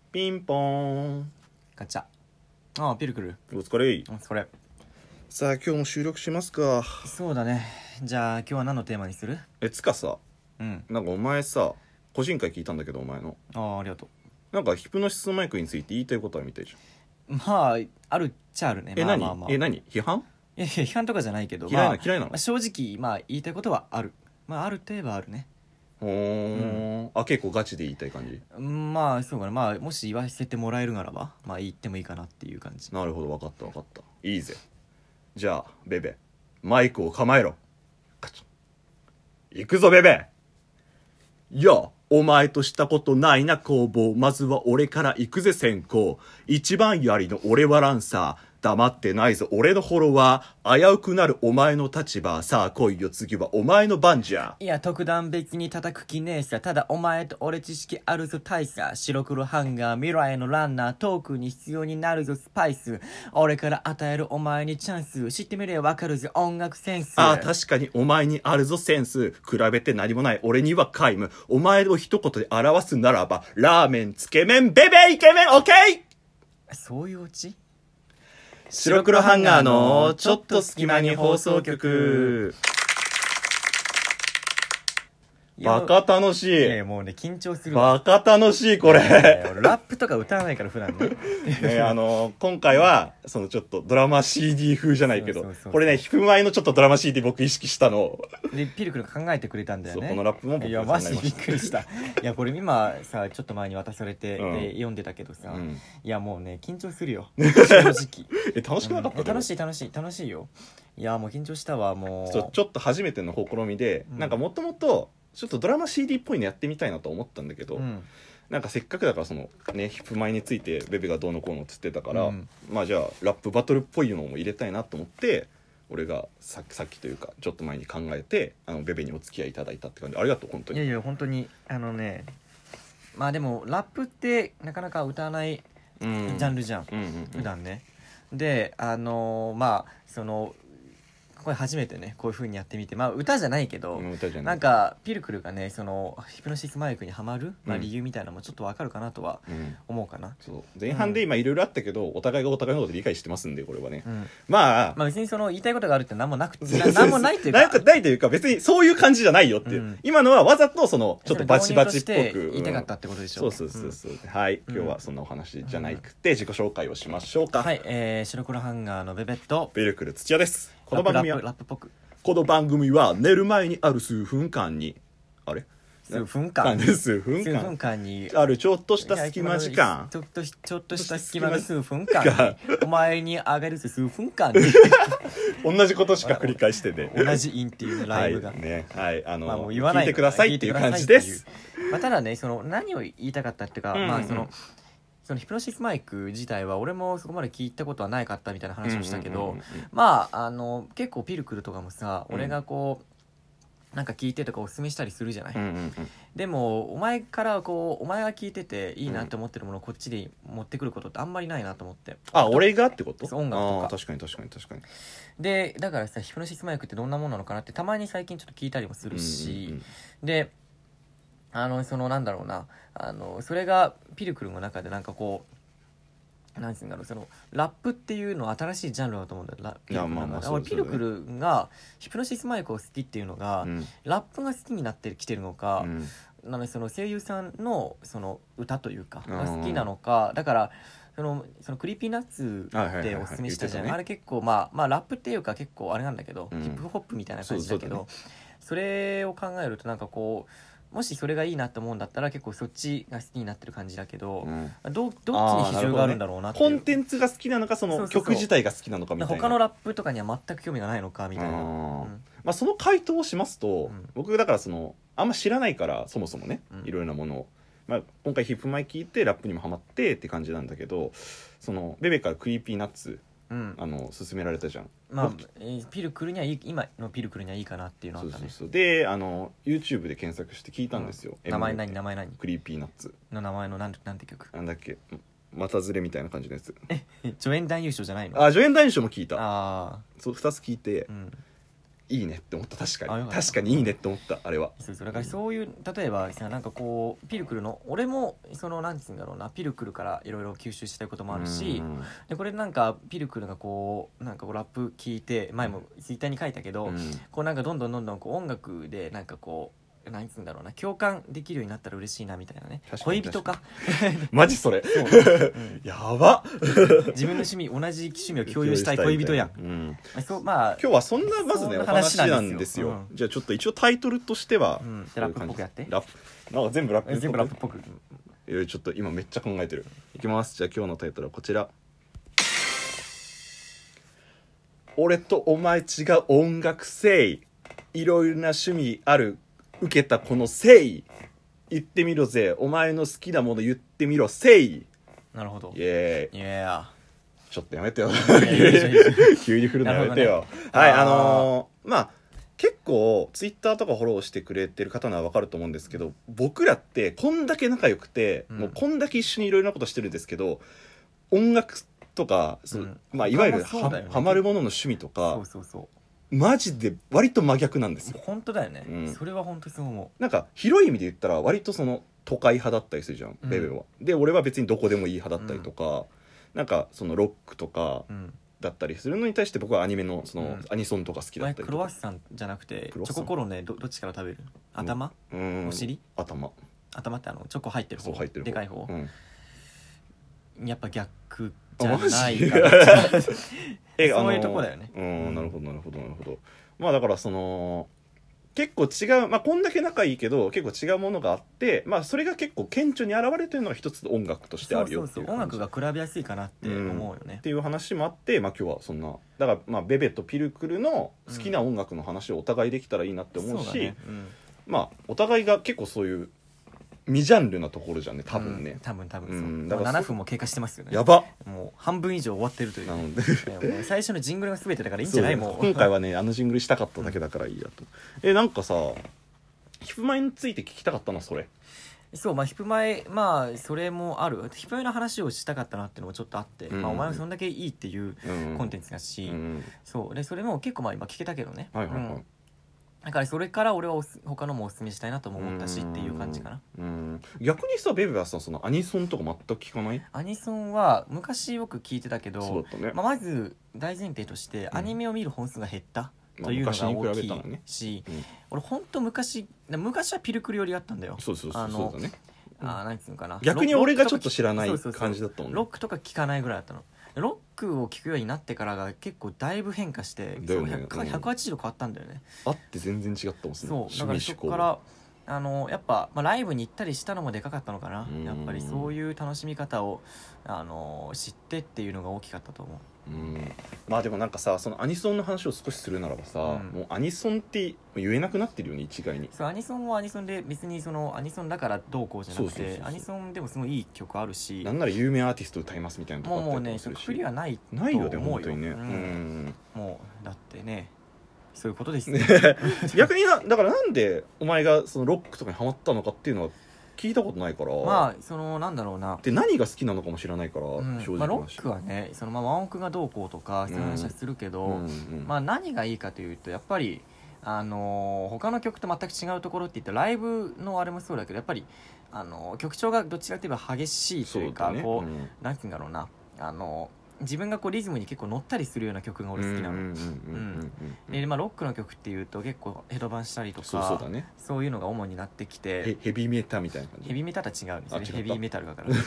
ピンポーン。 ガチャ。ああ、ピルクル。 お疲れ。 お疲れ。 さあ今日も収録しますか。 そうだね。じゃあ今日は何のテーマにする？ つかさ、 うん。 なんかお前さ、個人会聞いたんだけどお前の。 ありがとなんかヒプノシスマイクについて言いたいことあるみたいじう。まあ、あるっちゃあるね。 ゃん。 まあ。 何批判？ いや批判とかじゃないけど、 嫌いなの？ 正直、言いたいことはある。あるといえばあるね。 結構ガチで言いたい感じ。 そうかな。もし言わせてもらえるならば、言ってもいいかなっていう感じ。 なるほど、分かったいいぜ。じゃあベベマイクを構えろ。カチン。行くぞベベ。お前としたことないな工房。まずは俺から行くぜ先行。一番槍の俺はランサー。黙ってないぞ俺のフォロワー。危うくなるお前の立場。さあ来いよ次はお前の番じゃ。 いや特段別に叩く気ねえさ。ただお前と俺知識あるぞ大差。白黒ハンガー未来のランナー。トークに必要になるぞスパイス。俺から与えるお前にチャンス。知ってみればわかるぞ音楽センス。 確かにお前にあるぞセンス。比べて何もない俺には皆無。お前を一言で表すならばラーメンつけ麺ベベイケメンオッケー。 そういうオチ？ 白黒ハンガーのちょっと隙間に放送局。バカ楽しい。 もうね緊張するわ。 バカ楽しいこれ。 俺ラップとか歌わないから普段ね。 今回はそのちょっとドラマ CD 風じゃないけど、 そうこれねヒプマイのちょっとドラマ CD 僕意識したのでピルクルが考えてくれたんだよね。 そうこのラップも僕が考えました。 いやマジびっくりした。いやこれ今さちょっと前に渡されて、で読んでたけどさ、いやもうね緊張するよ正直。 楽しくなかった？ 楽しいよ。いやもう緊張したわもう。 ちょっと初めての試みで、なんかもともとちょっとドラマ CD っぽいのやってみたいなと思ったんだけど、なんかせっかくだからそのねヒップマイについてベベがどうのこうのっつってたから、じゃあラップバトルっぽいのも入れたいなと思って俺がさっきというかちょっと前に考えてベベにお付き合いいただいたって感じ。ありがとう本当に。 いや本当にでもラップってなかなか歌わないジャンルじゃん、普段ね。でそのこれ初めてねこういう風にやってみて、歌じゃないけど、なんかピルクルがねそのヒプノシスマイクにはまる、理由みたいなのもちょっとわかるかなとは思うかな。 そう前半で今いろいろあったけど、お互いがお互いのこと理解してますんでこれはね、 別にその言いたいことがあるって何もなくて何もないというかないというか別にそういう感じじゃないよっていう、今のはわざとそのちょっとバチバチっぽく言いたかったってことでしょ。 そう、はい、今日はそんなお話じゃなくて自己紹介をしましょうか。 はい、白黒ハンガーのベベットピルクル土屋です。 この番組はラップっぽく。 この番組は寝る前にある数分間に数分間にあるちょっとした隙間時間、 ちょっとした隙間の数分間にお前にあげる数分間に同じことしか繰り返してね同じ韻っていうライブがもう言わない聞いてくださいっていう感じです。 ただねその何を言いたかったっていうか、そのヒプノシスマイク自体は俺もそこまで聞いたことはないかったみたいな話をしたけど、結構ピルクルとかもさ、俺がこうなんか聞いてとかおすすめしたりするじゃない、でもお前が聞いてていいなって思ってるものをこっちで持ってくることってあんまりないなと思って。 俺がってこと？ 音楽とか。 確かにでだからさヒプノシスマイクってどんなものなのかなってたまに最近ちょっと聞いたりもするし、でそのなんだろうなそれがピルクルの中でなんかこうなんていうんだろう、そのラップっていうのは新しいジャンルだと思うんだよ。俺ピルクルがヒプノシスマイクを好きっていうのが、ラップが好きになってきてるのか、その声優さんのその歌というかが好きなのか。だからそのクリーピーナッツっておすすめしたじゃん、あれ結構ラップっていうか結構あれなんだけど、ヒップホップみたいな感じだけど、それを考えるとなんかこうもしそれがいいなと思うんだったら結構そっちが好きになってる感じだけど、どっちに比重があるんだろうなっていう。 コンテンツが好きなのかその曲自体が好きなのかみたいな。 他のラップとかには全く興味がないのかみたいな。 その回答をしますと、僕だからあんま知らないからそもそもね、いろいろなものを、今回ヒップマイ聞いてラップにもハマってって感じなんだけど、そのベベからクリーピーナッツ勧められたじゃん。 ピルクルにはいい、今のピルクルにはいいかなっていうのあったね。 でYouTube で検索して聞いたんですよ。 名前何クリーピーナッツの名前のなんて曲なんだっけ、またずれみたいな感じのやつ。 助演男優賞じゃないの？ 助演男優賞も聞いた。そう2つ聞いて、 いいねって思った。確かにあよかった確かにいいねって思った、あれは。 そうだからそういう例えばさなんかこうピルクルの俺もそのなんつうんだろうなピルクルからいろいろ吸収したいこともあるしでこれなんかピルクルがこうなんかこうラップ聞いて前もツイッターに書いたけど、こうなんかどんどんこう音楽でなんかこうなんつうんだろうな共感できるようになったら嬉しいなみたいなね。 確かに恋人かマジそれそう、うんやば自分の趣味同じ趣味を共有したい恋人やん。そうまあ今日はそんなまずねそんなお話話なんですよ、 うんじゃあちょっと一応タイトルとしては、 でラップっぽくやってラップなんか全部ラップ全部ラップっぽくちょっと今めっちゃ考えてる。いきます。じゃあ今日のタイトルはこちら。俺とお前違う音楽性、いろいろな趣味ある受けたこの性、言ってみろぜお前の好きなもの言ってみろ性。 なるほどイエーイ。 いやちょっとやめてよいやいやいやいや急に振るのやめてよ、 ねはいまあ結構ツイッターとかフォローしてくれてる方なら分かると思うんですけど、僕らってこんだけ仲良くて、もうこんだけ一緒にいろいろなことしてるんですけど、音楽とかまあいわゆるそうだよねハマるものの趣味とかそうマジで割と真逆なんですよ。 本当だよね、 うんそれは本当そう思なんか広い意味で言ったら割とその都会派だったりするじゃん、ベベは。で俺は別にどこでもいい派だったりとか、なんかそのロックとかう、うんだったりするのに対して僕はアニメのその、 うんアニソンとか好きだ前ったりとか。 クロワッサンじゃなくてチクロワッサンョココロネどっちから食べる頭、 うんお尻頭頭ってチョコ入ってる方そう入ってるでかい方、 うん、 やっぱ逆じゃないかあマなジそういうとこだよねなるほどなるほどなるほど。まあだからその結構違う、まあこんだけ仲いいけど結構違うものがあって、まあそれが結構顕著に現れてるのが一つ音楽としてあるよっていう音楽が比べやすいかなって思うよねっ、ていう話もあって、まあ今日はそんなだからまあベベとピルクルの好きな音楽の話をお互いできたらいいなって思うし、 そうだねまあお互いが結構そういう未ジャンルなところじゃんね多分ね、 多分そう、 だからもう7分も経過してますよね。 やばもう半分以上終わってるというなのでもう最初のジングルが全てだからいいんじゃないもう今回はねジングルしたかっただけだからいいやと。なんかさヒップマイについて聞きたかったなそれ。 そうまあヒップ前まあそれもあるヒップ前の話をしたかったなっていうのもちょっとあって、まあお前はそんだけいいっていうコンテンツだし、そうでそれも結構まあ今聞けたけどね、だからそれから俺は他のもおすすめしたいなとも思ったしっていう感じかな。 逆にさベベはさそのアニソンとか全く聞かない？ アニソンは昔よく聞いてたけど、 そうだったね、 まず大前提としてアニメを見る本数が減ったというのが大きいし、俺ほんと昔はピルクルよりあったんだよ。 そうだね。 なんつうのかな、 逆に俺がちょっと知らない感じだったもんね。 ロックとか聞かないぐらいだったの。ロックを聞くようになってからが結構だいぶ変化して180度変わったんだよね。 あって全然違ったもんね。 そうだからそこからやっぱ、ライブに行ったりしたのもでかかったのかな。やっぱりそういう楽しみ方を知ってっていうのが大きかったと思う。 まあでもなんかさそのアニソンの話を少しするならばさ、もうアニソンって言えなくなってるよね一概に。 そうアニソンはアニソンで別にそのアニソンだからどうこうじゃなくてアニソンでもすごいいい曲あるし、 なんなら有名アーティスト歌いますみたいなとこもうねそのくくりはないと思うよ。 ないよね本当にね。 もうだってねそういうことですね逆にだからなんでお前がそのロックとかにハマったのかっていうのは聞いたことないから、 まあそのなんだろうなで何が好きなのかも知らないから、正直ロックはねそのワンオクがどうこうとかそういう話はするけど、何がいいかというとやっぱり他の曲と全く違うところって言ったらライブのあれもそうだけどやっぱり曲調がどちらかといえば激しいというかこうなんて言うんだろうな自分がこうリズムに結構乗ったりするような曲が俺好きなの。でロックの曲っていうと結構ヘドバンしたりとかそういうのが主になってきてヘビーメタみたいな感じ。 ヘビーメタとは違うんですよね。ヘビーメタルだから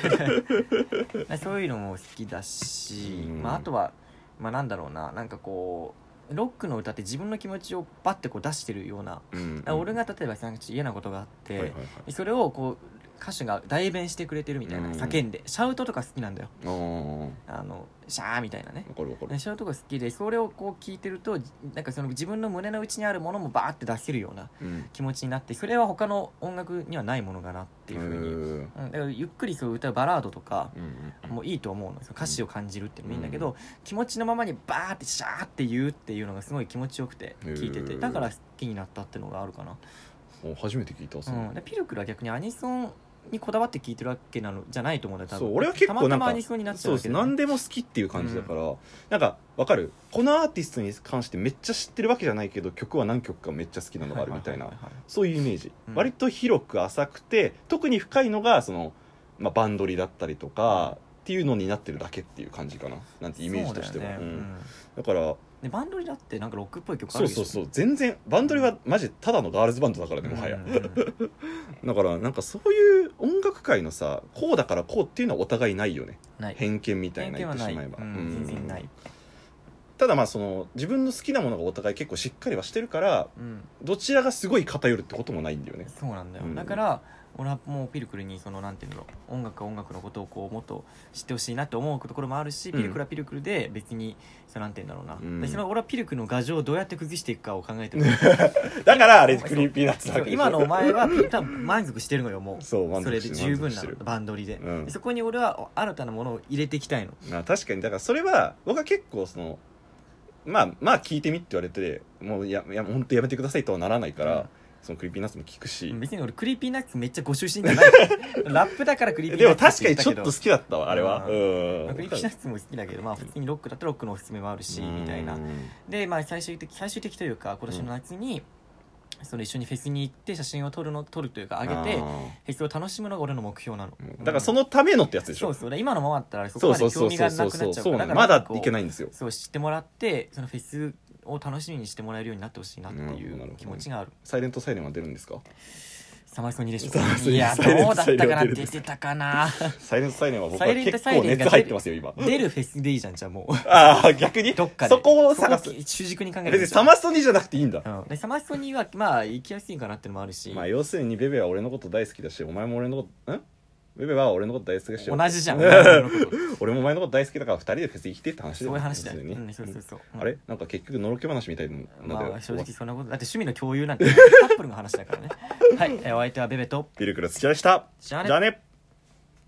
そういうのも好きだし、あとはなんだろうななんかこうロックの歌って自分の気持ちをバッてこう出してるような、俺が例えばなんか嫌なことがあって、それをこう歌手が代弁してくれてるみたいな、叫んでシャウトとか好きなんだよ。シャーみたいなね。シャウトが好きでそれをこう聞いてるとなんかその自分の胸の内にあるものもバーって出せるような気持ちになって、それは他の音楽にはないものかなっていうふうに、だからゆっくりそう歌うバラードとかもいいと思うの。歌詞を感じるっていうのもいいんだけど、気持ちのままにバーってシャーって言うっていうのがすごい気持ちよくて聞いてて、だから好きになったっていうのがあるかな。 初めて聞いた。 でピルクルは逆にアニソンにこだわって聴いてるわけなのじゃないと思うんだよ多分。 そう俺は結構なんかたまたまアニソンになっちゃうわけだよね。 そう何でも好きっていう感じだから、なんかわかる、このアーティストに関してめっちゃ知ってるわけじゃないけど曲は何曲かめっちゃ好きなのがあるみたいな、 はいはいはいはいそういうイメージ、 うん割と広く浅くて特に深いのがその、まあ、バンドリだったりとかっていうのになってるだけっていう感じかな、なんてイメージとしては。 そうだよねだからでバンドリだってなんかロックっぽい曲あそうるでしょ。 そうそう全然バンドリはマジただのガールズバンドだからねもはや、 うんうんうんだからなんかそういう音楽界のさこうだからこうっていうのはお互いないよね、 ない偏見みたいな言偏見はない、 ってしまえば、 全然ない、 ただまあその自分の好きなものがお互い結構しっかりはしてるからうん、 どちらがすごい偏るってこともないんだよね。 そうなんだよ、 うんだから俺はもうピルクルにそのなんていうの音楽のことをこうもっと知ってほしいなって思うところもあるし、 うんピルクルはピルクルで別にそのなんていうんだろうな、 うんでその俺はピルクルの牙城をどうやって崩していくかを考えてるだからあれクリーピーナッツなわけでしょ今のお前は多分満足してるのよもうそう満それで足してる十分なの満足してるバンドリで、 うんでそこに俺は新たなものを入れていきたいの。 まあ確かにだからそれは僕は結構そのまあ聞いてみって言われてもう本当やめてくださいとはならないから、 うんそのクリーピーナッツも聞くし、 別に俺クリーピーナッツめっちゃご出身じゃないラップだからクリーピーでもナッツ確かにちょっと好きだったわあれは、 ううんクリーピーナッツも好きだけど、まあ、普通にロックだったらロックのおすすめもあるしみたいな。で、まあ、最終的というか今年の夏に、その一緒にフェスに行って写真を撮るというか上げてフェスを楽しむのが俺の目標なの、 だからそのためのってやつでしょ、 そうそうで今のままだったらそこそうまで興味がなくなっちゃうからだからまだこういけないんですよ。 そう知ってもらってそのフェスを楽しみにしてもらえるようになってほしいなっていう気持ちがある。 サイレントサイレンは出るんですか？ サマソニでしょ。 サマソニいやどサイレントうだったかなサイレンは出る出てたかなサイレントサイレンは僕はサイレント結サイレンが構熱入ってますよ今。 出るフェスでいいじゃんじゃあもうああ逆にどっかでそこを探すそこを主軸に考える別にサマソニじゃなくていいんだ、 でサマソニはまあ行きやすいかなってのもあるし、 まあ要するにベベは俺のこと大好きだしお前も俺のことベベは俺のこと大好きだし同じじゃん俺もお前のこと大好きだから二人でフェス行ってって話だよそういう話だよ、 要するにそうそうそう、 あれなんか結局のろけ話みたいなんだよ、 まあ正直そんなことだって趣味の共有なんてカップルの話だからねはい、お相手はベベとビルクル土屋でした。 じゃあねじゃあね。